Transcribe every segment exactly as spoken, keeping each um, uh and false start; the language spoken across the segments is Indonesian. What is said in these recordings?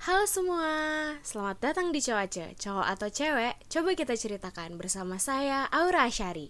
Halo semua, selamat datang di Cowace, cowok atau cewek, coba kita ceritakan bersama saya, Aura Asyari.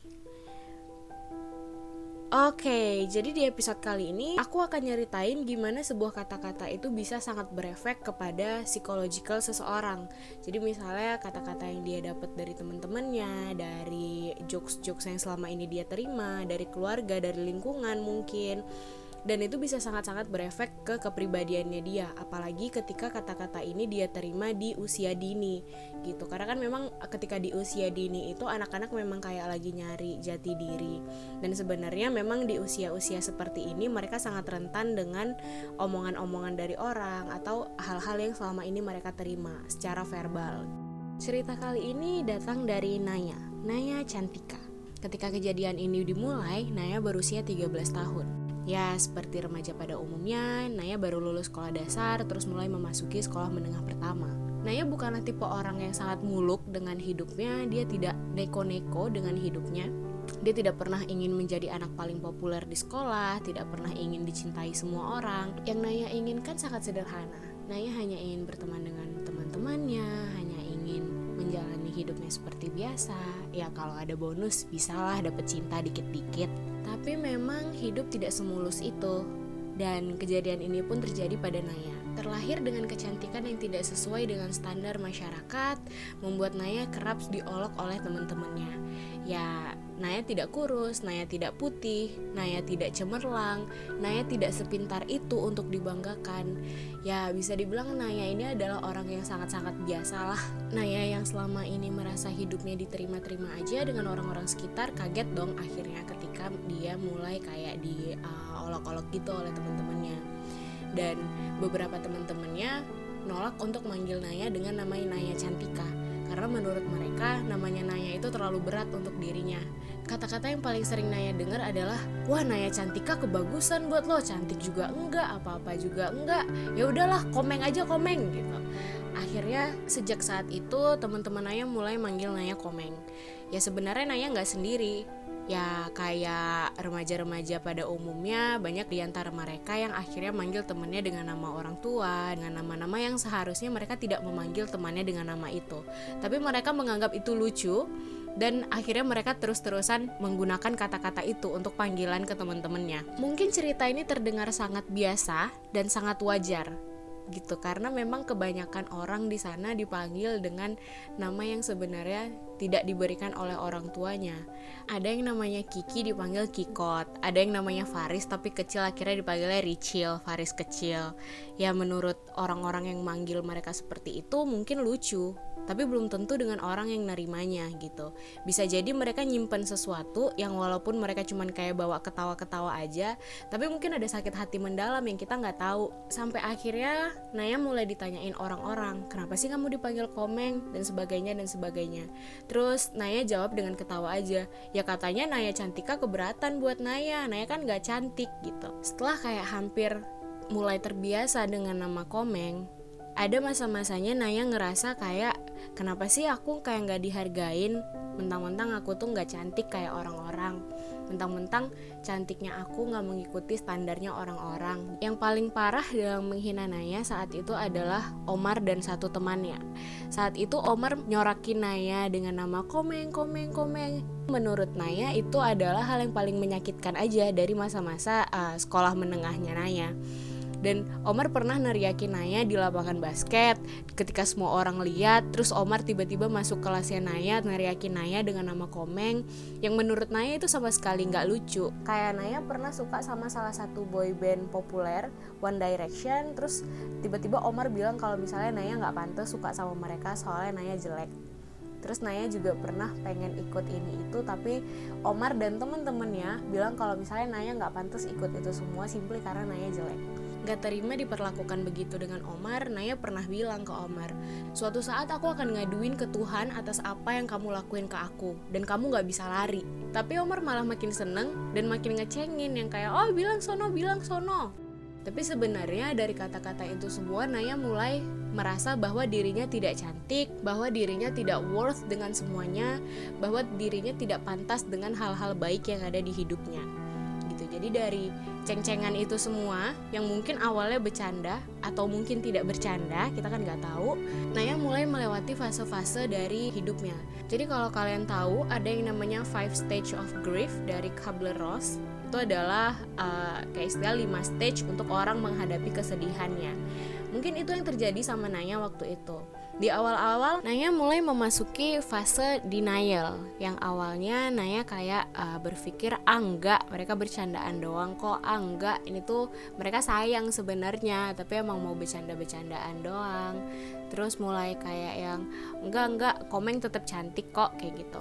Oke, jadi di episode kali ini aku akan nyeritain gimana sebuah kata-kata itu bisa sangat berefek kepada psychological seseorang. Jadi misalnya kata-kata yang dia dapat dari teman-temannya, dari jokes-jokes yang selama ini dia terima, dari keluarga, dari lingkungan mungkin. Dan itu bisa sangat-sangat berefek ke kepribadiannya dia, apalagi ketika kata-kata ini dia terima di usia dini gitu. Karena kan memang ketika di usia dini itu anak-anak memang kayak lagi nyari jati diri. Dan sebenarnya memang di usia-usia seperti ini mereka sangat rentan dengan omongan-omongan dari orang atau hal-hal yang selama ini mereka terima secara verbal. Cerita kali ini datang dari Naya, Naya Cantika. Ketika kejadian ini dimulai, Naya berusia tiga belas tahun. Ya, seperti remaja pada umumnya, Naya baru lulus sekolah dasar, terus mulai memasuki sekolah menengah pertama. Naya bukanlah tipe orang yang sangat muluk dengan hidupnya, dia tidak neko-neko dengan hidupnya. Dia tidak pernah ingin menjadi anak paling populer di sekolah, tidak pernah ingin dicintai semua orang. Yang Naya inginkan sangat sederhana. Naya hanya ingin berteman dengan teman-temannya, hanya ingin menjalani hidupnya seperti biasa. Ya kalau ada bonus, bisalah dapet cinta dikit-dikit. Tapi memang hidup tidak semulus itu. Dan kejadian ini pun terjadi pada Naya. Terlahir dengan kecantikan yang tidak sesuai dengan standar masyarakat, membuat Naya kerap diolok oleh teman-temannya. Ya, Naya tidak kurus, Naya tidak putih, Naya tidak cemerlang, Naya tidak sepintar itu untuk dibanggakan. Ya, bisa dibilang Naya ini adalah orang yang sangat-sangat biasa lah. Naya yang selama ini merasa hidupnya diterima-terima aja dengan orang-orang sekitar, kaget dong akhirnya ketika dia mulai kayak diolok-olok gitu oleh teman-temannya. Dan beberapa teman-temannya nolak untuk manggil Naya dengan nama Naya Cantika, karena menurut mereka namanya Naya itu terlalu berat untuk dirinya. Kata-kata yang paling sering Naya dengar adalah, wah Naya Cantika kebagusan buat lo, cantik juga enggak, apa-apa juga enggak, ya udahlah komeng aja komeng gitu. Akhirnya sejak saat itu teman-teman Naya mulai manggil Naya komeng. Ya sebenarnya Naya nggak sendiri. Ya kayak remaja-remaja pada umumnya, banyak di antara mereka yang akhirnya manggil temannya dengan nama orang tua, dengan nama-nama yang seharusnya mereka tidak memanggil temannya dengan nama itu. Tapi mereka menganggap itu lucu, dan akhirnya mereka terus-terusan menggunakan kata-kata itu untuk panggilan ke teman-temannya. Mungkin cerita ini terdengar sangat biasa dan sangat wajar gitu, karena memang kebanyakan orang di sana dipanggil dengan nama yang sebenarnya tidak diberikan oleh orang tuanya. Ada yang namanya Kiki dipanggil Kikot, ada yang namanya Faris tapi kecil akhirnya dipanggilnya Ricil, Faris kecil. Ya menurut orang-orang yang manggil mereka seperti itu mungkin lucu, tapi belum tentu dengan orang yang nerimanya gitu. Bisa jadi mereka nyimpen sesuatu yang walaupun mereka cuman kayak bawa ketawa-ketawa aja, tapi mungkin ada sakit hati mendalam yang kita nggak tahu. Sampai akhirnya Naya mulai ditanyain orang-orang, kenapa sih kamu dipanggil komeng dan sebagainya dan sebagainya. Terus Naya jawab dengan ketawa aja, ya katanya Naya Cantika keberatan buat Naya, Naya kan nggak cantik gitu. Setelah kayak hampir mulai terbiasa dengan nama komeng, ada masa-masanya Naya ngerasa kayak kenapa sih aku kayak gak dihargain, mentang-mentang aku tuh gak cantik kayak orang-orang, mentang-mentang cantiknya aku gak mengikuti standarnya orang-orang. Yang paling parah dalam menghina Naya saat itu adalah Omar dan satu temannya. Saat itu Omar nyorakin Naya dengan nama komeng, komeng, komeng. Menurut Naya itu adalah hal yang paling menyakitkan aja dari masa-masa uh, sekolah menengahnya Naya. Dan Omar pernah neriakin Naya di lapangan basket ketika semua orang lihat. Terus Omar tiba-tiba masuk kelasnya Naya, neriakin Naya dengan nama komeng, yang menurut Naya itu sama sekali gak lucu. Kayak Naya pernah suka sama salah satu boyband populer, One Direction. Terus tiba-tiba Omar bilang kalau misalnya Naya gak pantas suka sama mereka soalnya Naya jelek. Terus Naya juga pernah pengen ikut ini itu, tapi Omar dan temen-temennya bilang kalau misalnya Naya gak pantas ikut itu semua simply karena Naya jelek. Gak terima diperlakukan begitu dengan Omar, Naya pernah bilang ke Omar, suatu saat aku akan ngaduin ke Tuhan atas apa yang kamu lakuin ke aku, dan kamu gak bisa lari. Tapi Omar malah makin seneng dan makin ngecengin yang kayak, oh bilang sono, bilang sono. Tapi sebenarnya dari kata-kata itu semua Naya mulai merasa bahwa dirinya tidak cantik, bahwa dirinya tidak worth dengan semuanya, bahwa dirinya tidak pantas dengan hal-hal baik yang ada di hidupnya. Gitu. Jadi dari ceng-cengan itu semua yang mungkin awalnya bercanda atau mungkin tidak bercanda, kita kan nggak tahu, Naya mulai melewati fase-fase dari hidupnya. Jadi kalau kalian tahu ada yang namanya five stage of grief dari Kubler-Ross, itu adalah uh, kayak istilah lima stage untuk orang menghadapi kesedihannya. Mungkin itu yang terjadi sama Naya waktu itu. Di awal-awal Naya mulai memasuki fase denial, yang awalnya Naya kayak uh, berpikir ah enggak, mereka bercandaan doang kok, ah enggak, ini tuh mereka sayang sebenarnya tapi emang mau bercanda-bercandaan doang. Terus mulai kayak yang enggak enggak Komeng tetap cantik kok, kayak gitu.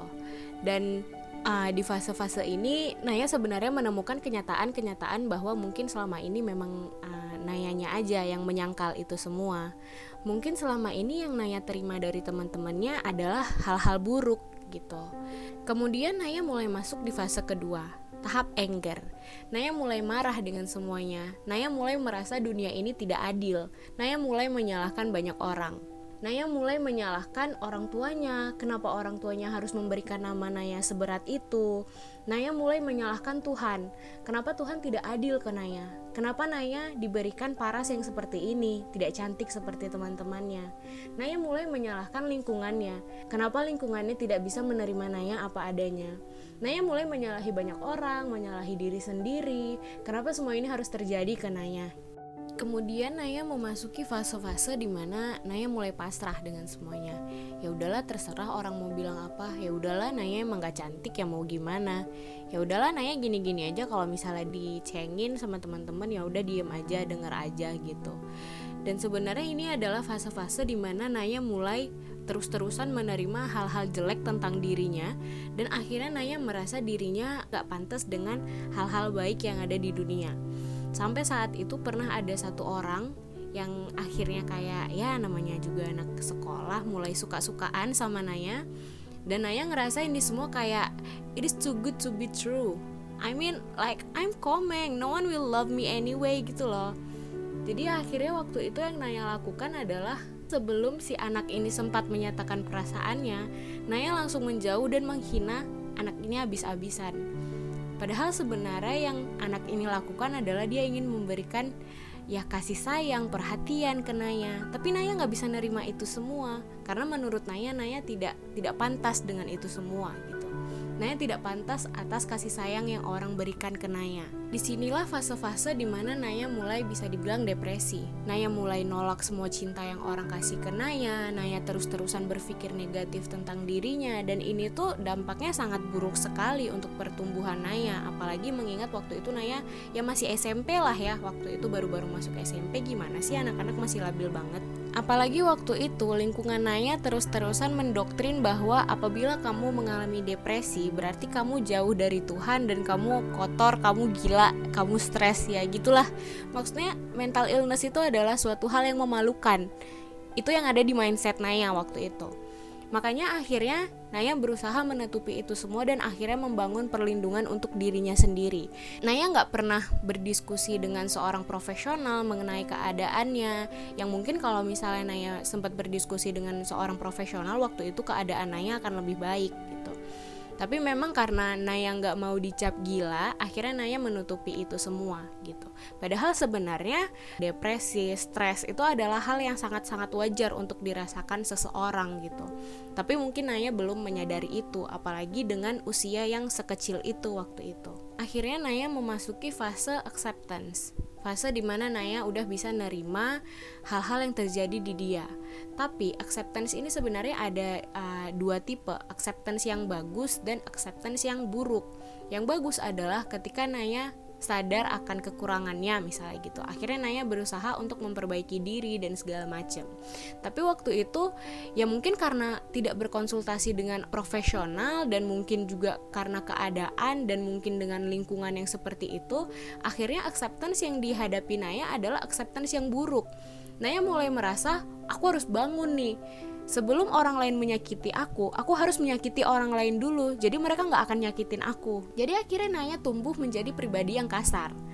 Dan uh, di fase-fase ini Naya sebenarnya menemukan kenyataan-kenyataan bahwa mungkin selama ini memang uh, Nayanya aja yang menyangkal itu semua. Mungkin selama ini yang Naya terima dari teman-temannya adalah hal-hal buruk gitu. Kemudian Naya mulai masuk di fase kedua, tahap anger. Naya mulai marah dengan semuanya. Naya mulai merasa dunia ini tidak adil. Naya mulai menyalahkan banyak orang. Naya mulai menyalahkan orang tuanya, kenapa orang tuanya harus memberikan nama Naya seberat itu. Naya mulai menyalahkan Tuhan, kenapa Tuhan tidak adil ke Naya. Kenapa Naya diberikan paras yang seperti ini, tidak cantik seperti teman-temannya. Naya mulai menyalahkan lingkungannya, kenapa lingkungannya tidak bisa menerima Naya apa adanya. Naya mulai menyalahi banyak orang, menyalahi diri sendiri, kenapa semua ini harus terjadi ke Naya. Kemudian Naya memasuki fase-fase di mana Naya mulai pasrah dengan semuanya. Ya udahlah, terserah orang mau bilang apa. Ya udahlah, Naya emang gak cantik, ya mau gimana. Ya udahlah, Naya gini-gini aja, kalau misalnya dicengin sama teman-teman ya udah diem aja, denger aja gitu. Dan sebenarnya ini adalah fase-fase di mana Naya mulai terus-terusan menerima hal-hal jelek tentang dirinya, dan akhirnya Naya merasa dirinya gak pantas dengan hal-hal baik yang ada di dunia. Sampai saat itu pernah ada satu orang yang akhirnya kayak ya namanya juga anak sekolah mulai suka-sukaan sama Naya. Dan Naya ngerasa ini semua kayak it is too good to be true. I mean like I'm Komeng, no one will love me anyway gitu loh. Jadi akhirnya waktu itu yang Naya lakukan adalah sebelum si anak ini sempat menyatakan perasaannya, Naya langsung menjauh dan menghina anak ini habis-habisan. Padahal sebenarnya yang anak ini lakukan adalah dia ingin memberikan ya kasih sayang, perhatian ke Naya. Tapi Naya gak bisa nerima itu semua, karena menurut Naya, Naya tidak tidak pantas dengan itu semua gitu. Naya tidak pantas atas kasih sayang yang orang berikan ke Naya. Disinilah fase-fase dimana Naya mulai bisa dibilang depresi. Naya mulai nolak semua cinta yang orang kasih ke Naya. Naya terus-terusan berpikir negatif tentang dirinya. Dan ini tuh dampaknya sangat buruk sekali untuk pertumbuhan Naya. Apalagi mengingat waktu itu Naya ya masih S M P lah ya. Waktu itu baru-baru masuk S M P, gimana sih anak-anak masih labil banget. Apalagi waktu itu lingkungan Naya terus-terusan mendoktrin bahwa apabila kamu mengalami depresi berarti kamu jauh dari Tuhan dan kamu kotor, kamu gila, kamu stres, ya gitulah. Maksudnya mental illness itu adalah suatu hal yang memalukan. Itu yang ada di mindset Naya waktu itu. Makanya akhirnya Naya berusaha menutupi itu semua dan akhirnya membangun perlindungan untuk dirinya sendiri. Naya gak pernah berdiskusi dengan seorang profesional mengenai keadaannya, yang mungkin kalau misalnya Naya sempat berdiskusi dengan seorang profesional, waktu itu keadaan Naya akan lebih baik gitu. Tapi memang karena Naya gak mau dicap gila, akhirnya Naya menutupi itu semua gitu. Padahal sebenarnya depresi, stres itu adalah hal yang sangat-sangat wajar untuk dirasakan seseorang gitu. Tapi mungkin Naya belum menyadari itu, apalagi dengan usia yang sekecil itu waktu itu. Akhirnya Naya memasuki fase acceptance. Fase dimana Naya udah bisa nerima hal-hal yang terjadi di dia. Tapi acceptance ini sebenarnya ada uh, dua tipe, acceptance yang bagus dan acceptance yang buruk. Yang bagus adalah ketika Naya sadar akan kekurangannya misalnya gitu. Akhirnya Naya berusaha untuk memperbaiki diri dan segala macam. Tapi waktu itu ya mungkin karena tidak berkonsultasi dengan profesional dan mungkin juga karena keadaan dan mungkin dengan lingkungan yang seperti itu, akhirnya acceptance yang dihadapi Naya adalah acceptance yang buruk. Naya mulai merasa aku harus bangun nih. Sebelum orang lain menyakiti aku, aku harus menyakiti orang lain dulu. Jadi mereka gak akan nyakitin aku. Jadi akhirnya Naya tumbuh menjadi pribadi yang kasar.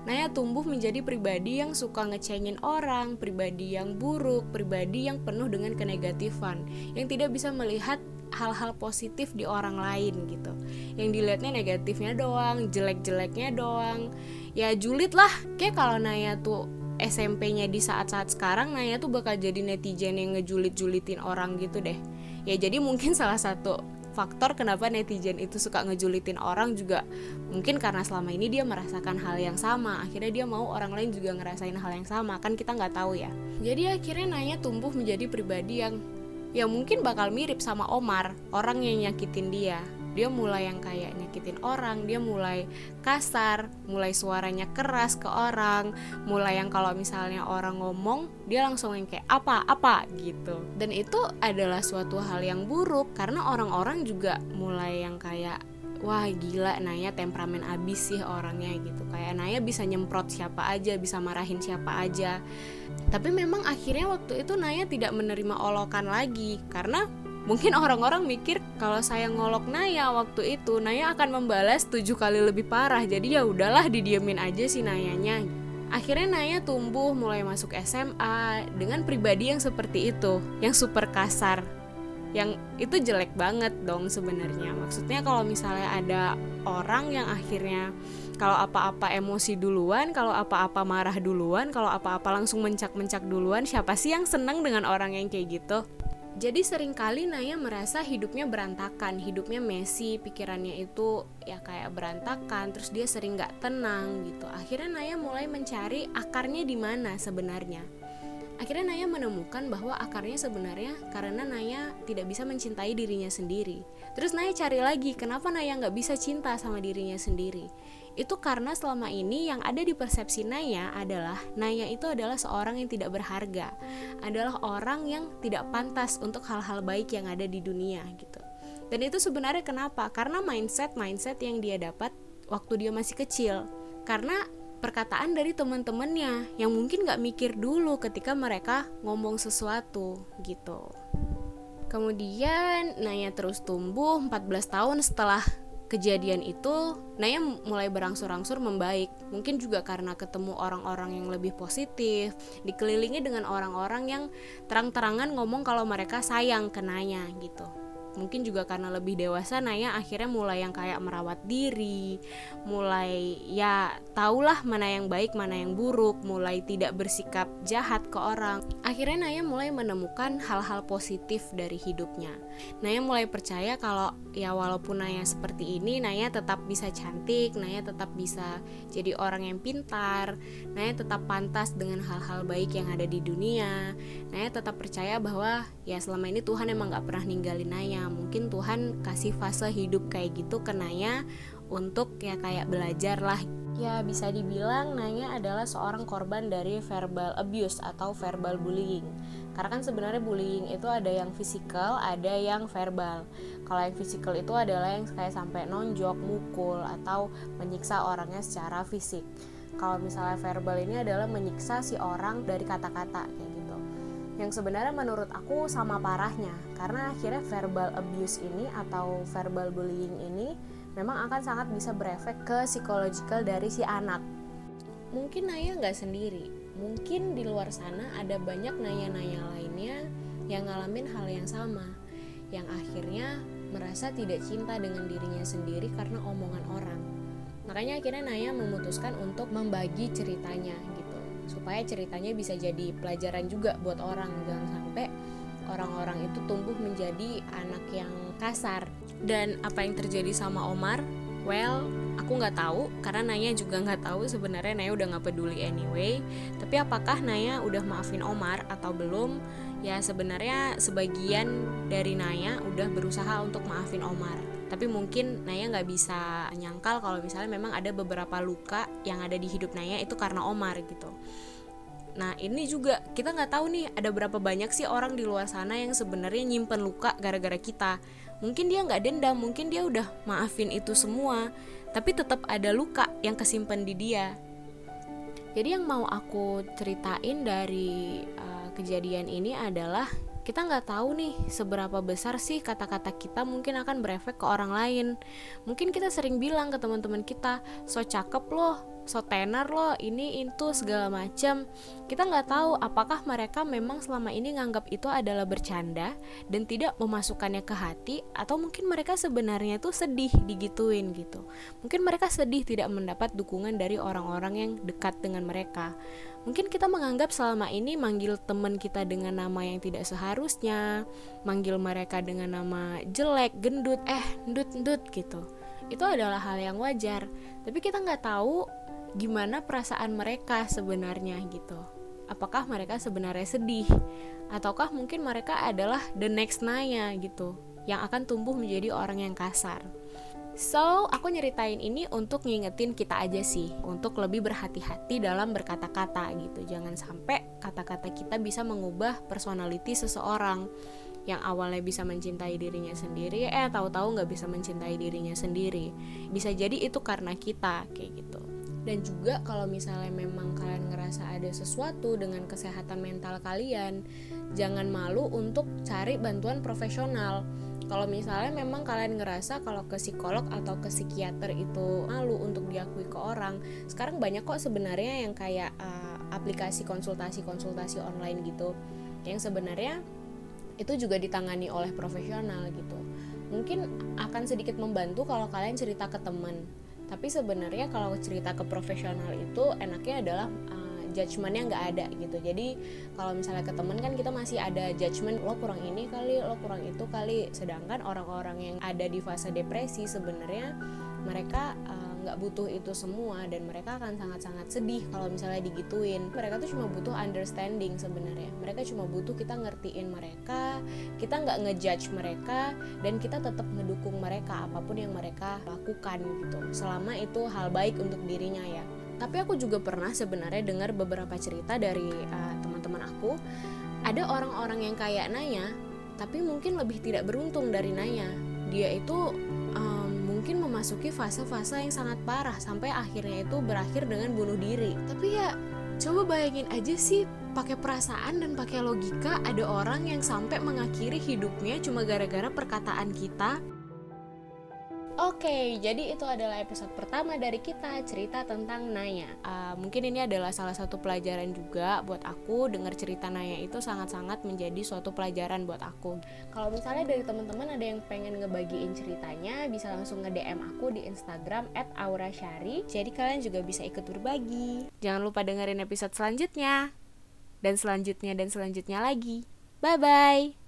Naya tumbuh menjadi pribadi yang suka ngecengin orang, pribadi yang buruk, pribadi yang penuh dengan kenegatifan, yang tidak bisa melihat hal-hal positif di orang lain gitu. Yang dilihatnya negatifnya doang, jelek-jeleknya doang. Ya julid lah. Kayak kalau Naya tuh S M P-nya di saat-saat sekarang, Naya tuh bakal jadi netizen yang ngejulit-julitin orang gitu deh. Ya jadi mungkin salah satu faktor kenapa netizen itu suka ngejulitin orang juga mungkin karena selama ini dia merasakan hal yang sama. Akhirnya dia mau orang lain juga ngerasain hal yang sama, kan kita nggak tahu ya. Jadi akhirnya Naya tumbuh menjadi pribadi yang ya mungkin bakal mirip sama Omar, orang yang nyakitin dia. Dia mulai yang kayak nyakitin orang, dia mulai kasar, mulai suaranya keras ke orang, mulai yang kalau misalnya orang ngomong, dia langsung yang kayak apa-apa gitu. Dan itu adalah suatu hal yang buruk, karena orang-orang juga mulai yang kayak, wah gila Naya temperamen abis sih orangnya gitu. Kayak Naya bisa nyemprot siapa aja, bisa marahin siapa aja. Tapi memang akhirnya waktu itu Naya tidak menerima olokan lagi, karena mungkin orang-orang mikir kalau saya ngolok Naya waktu itu, Naya akan membalas tujuh kali lebih parah. Jadi ya udahlah, didiemin aja sih Nayanya. Akhirnya Naya tumbuh mulai masuk S M A dengan pribadi yang seperti itu, yang super kasar. Yang itu jelek banget dong sebenarnya. Maksudnya kalau misalnya ada orang yang akhirnya kalau apa-apa emosi duluan, kalau apa-apa marah duluan, kalau apa-apa langsung mencak-mencak duluan, siapa sih yang seneng dengan orang yang kayak gitu? Jadi seringkali Naya merasa hidupnya berantakan, hidupnya messy, pikirannya itu ya kayak berantakan, terus dia sering gak tenang gitu. Akhirnya Naya mulai mencari akarnya di mana sebenarnya. Akhirnya Naya menemukan bahwa akarnya sebenarnya karena Naya tidak bisa mencintai dirinya sendiri. Terus Naya cari lagi, kenapa Naya gak bisa cinta sama dirinya sendiri? Itu karena selama ini yang ada di persepsi Naya adalah Naya itu adalah seorang yang tidak berharga, adalah orang yang tidak pantas untuk hal-hal baik yang ada di dunia gitu. Dan itu sebenarnya kenapa? Karena mindset-mindset yang dia dapat waktu dia masih kecil. Karena perkataan dari teman-temannya yang mungkin gak mikir dulu ketika mereka ngomong sesuatu gitu. Kemudian Naya terus tumbuh. Empat belas tahun setelah kejadian itu, Naya mulai berangsur-angsur membaik. Mungkin juga karena ketemu orang-orang yang lebih positif, dikelilingi dengan orang-orang yang terang-terangan ngomong kalau mereka sayang ke Naya gitu. Mungkin juga karena lebih dewasa, Naya akhirnya mulai yang kayak merawat diri, mulai ya tahulah mana yang baik, mana yang buruk, mulai tidak bersikap jahat ke orang. Akhirnya Naya mulai menemukan hal-hal positif dari hidupnya. Naya mulai percaya kalau ya walaupun Naya seperti ini, Naya tetap bisa cantik, Naya tetap bisa jadi orang yang pintar, Naya tetap pantas dengan hal-hal baik yang ada di dunia. Naya tetap percaya bahwa ya selama ini Tuhan emang gak pernah ninggalin Naya. Mungkin Tuhan kasih fase hidup kayak gitu ke Naya untuk ya kayak belajar lah. Ya bisa dibilang Naya adalah seorang korban dari verbal abuse atau verbal bullying. Karena kan sebenarnya bullying itu ada yang fisikal, ada yang verbal. Kalau yang fisikal itu adalah yang kayak sampai nonjok, mukul, atau menyiksa orangnya secara fisik. Kalau misalnya verbal ini adalah menyiksa si orang dari kata-kata kayak gitu. Yang sebenarnya menurut aku sama parahnya, karena akhirnya verbal abuse ini atau verbal bullying ini memang akan sangat bisa berefek ke psikologikal dari si anak. Mungkin Naya gak sendiri, mungkin di luar sana ada banyak Naya-Naya lainnya yang ngalamin hal yang sama, yang akhirnya merasa tidak cinta dengan dirinya sendiri karena omongan orang. Makanya akhirnya Naya memutuskan untuk membagi ceritanya gitu, supaya ceritanya bisa jadi pelajaran juga buat orang. Jangan sampai orang-orang itu tumbuh menjadi anak yang kasar. Dan apa yang terjadi sama Omar? Well, aku gak tahu, karena Naya juga gak tahu. Sebenarnya Naya udah gak peduli anyway. Tapi apakah Naya udah maafin Omar atau belum? Ya sebenarnya sebagian dari Naya udah berusaha untuk maafin Omar. Tapi mungkin Naya gak bisa nyangkal kalau misalnya memang ada beberapa luka yang ada di hidup Naya itu karena Omar gitu. Nah ini juga kita gak tahu nih, ada berapa banyak sih orang di luar sana yang sebenarnya nyimpen luka gara-gara kita. Mungkin dia gak dendam, mungkin dia udah maafin itu semua, tapi tetap ada luka yang kesimpan di dia. Jadi yang mau aku ceritain dari uh, kejadian ini adalah kita gak tahu nih seberapa besar sih kata-kata kita mungkin akan berefek ke orang lain. Mungkin kita sering bilang ke teman-teman kita, so cakep loh, so tenar loh, ini itu segala macam. Kita nggak tahu apakah mereka memang selama ini nganggap itu adalah bercanda dan tidak memasukkannya ke hati, atau mungkin mereka sebenarnya tuh sedih digituin gitu. Mungkin mereka sedih tidak mendapat dukungan dari orang-orang yang dekat dengan mereka. Mungkin kita menganggap selama ini manggil teman kita dengan nama yang tidak seharusnya, manggil mereka dengan nama jelek, gendut, eh, ndut, ndut gitu. Itu adalah hal yang wajar. Tapi kita nggak tahu gimana perasaan mereka sebenarnya gitu. Apakah mereka sebenarnya sedih? Ataukah mungkin mereka adalah the next Naya gitu, yang akan tumbuh menjadi orang yang kasar. So, aku nyeritain ini untuk ngingetin kita aja sih, untuk lebih berhati-hati dalam berkata-kata gitu. Jangan sampai kata-kata kita bisa mengubah personality seseorang yang awalnya bisa mencintai dirinya sendiri, eh tahu-tahu nggak bisa mencintai dirinya sendiri. Bisa jadi itu karena kita, kayak gitu. Dan juga kalau misalnya memang kalian ngerasa ada sesuatu dengan kesehatan mental kalian, jangan malu untuk cari bantuan profesional. Kalau misalnya memang kalian ngerasa kalau ke psikolog atau ke psikiater itu malu untuk diakui ke orang, sekarang banyak kok sebenarnya yang kayak uh, aplikasi konsultasi-konsultasi online gitu, yang sebenarnya itu juga ditangani oleh profesional gitu. Mungkin akan sedikit membantu kalau kalian cerita ke teman, tapi sebenarnya kalau cerita ke profesional itu enaknya adalah uh, judgementnya nggak ada gitu. Jadi kalau misalnya ke temen kan kita masih ada judgement, lo kurang ini kali, lo kurang itu kali. Sedangkan orang-orang yang ada di fase depresi sebenarnya mereka nggak uh, butuh itu semua, dan mereka akan sangat-sangat sedih kalau misalnya digituin. Mereka tuh cuma butuh understanding sebenarnya. Mereka cuma butuh kita ngertiin mereka, kita nggak ngejudge mereka, dan kita tetap ngedukung mereka apapun yang mereka lakukan gitu, selama itu hal baik untuk dirinya ya. Tapi aku juga pernah sebenarnya dengar beberapa cerita dari uh, teman-teman aku. Ada orang-orang yang kayak Naya, tapi mungkin lebih tidak beruntung dari Naya. Dia itu um, mungkin memasuki fase-fase yang sangat parah, sampai akhirnya itu berakhir dengan bunuh diri. Tapi ya, coba bayangin aja sih, pakai perasaan dan pakai logika, ada orang yang sampai mengakhiri hidupnya cuma gara-gara perkataan kita. Oke, jadi itu adalah episode pertama dari kita cerita tentang Naya. Uh, mungkin ini adalah salah satu pelajaran juga buat aku. Dengar cerita Naya itu sangat-sangat menjadi suatu pelajaran buat aku. Kalau misalnya dari teman-teman ada yang pengen ngebagiin ceritanya, bisa langsung nge-D M aku di Instagram at aurasyari. Jadi kalian juga bisa ikut berbagi. Jangan lupa dengerin episode selanjutnya. Dan selanjutnya dan selanjutnya lagi. Bye-bye!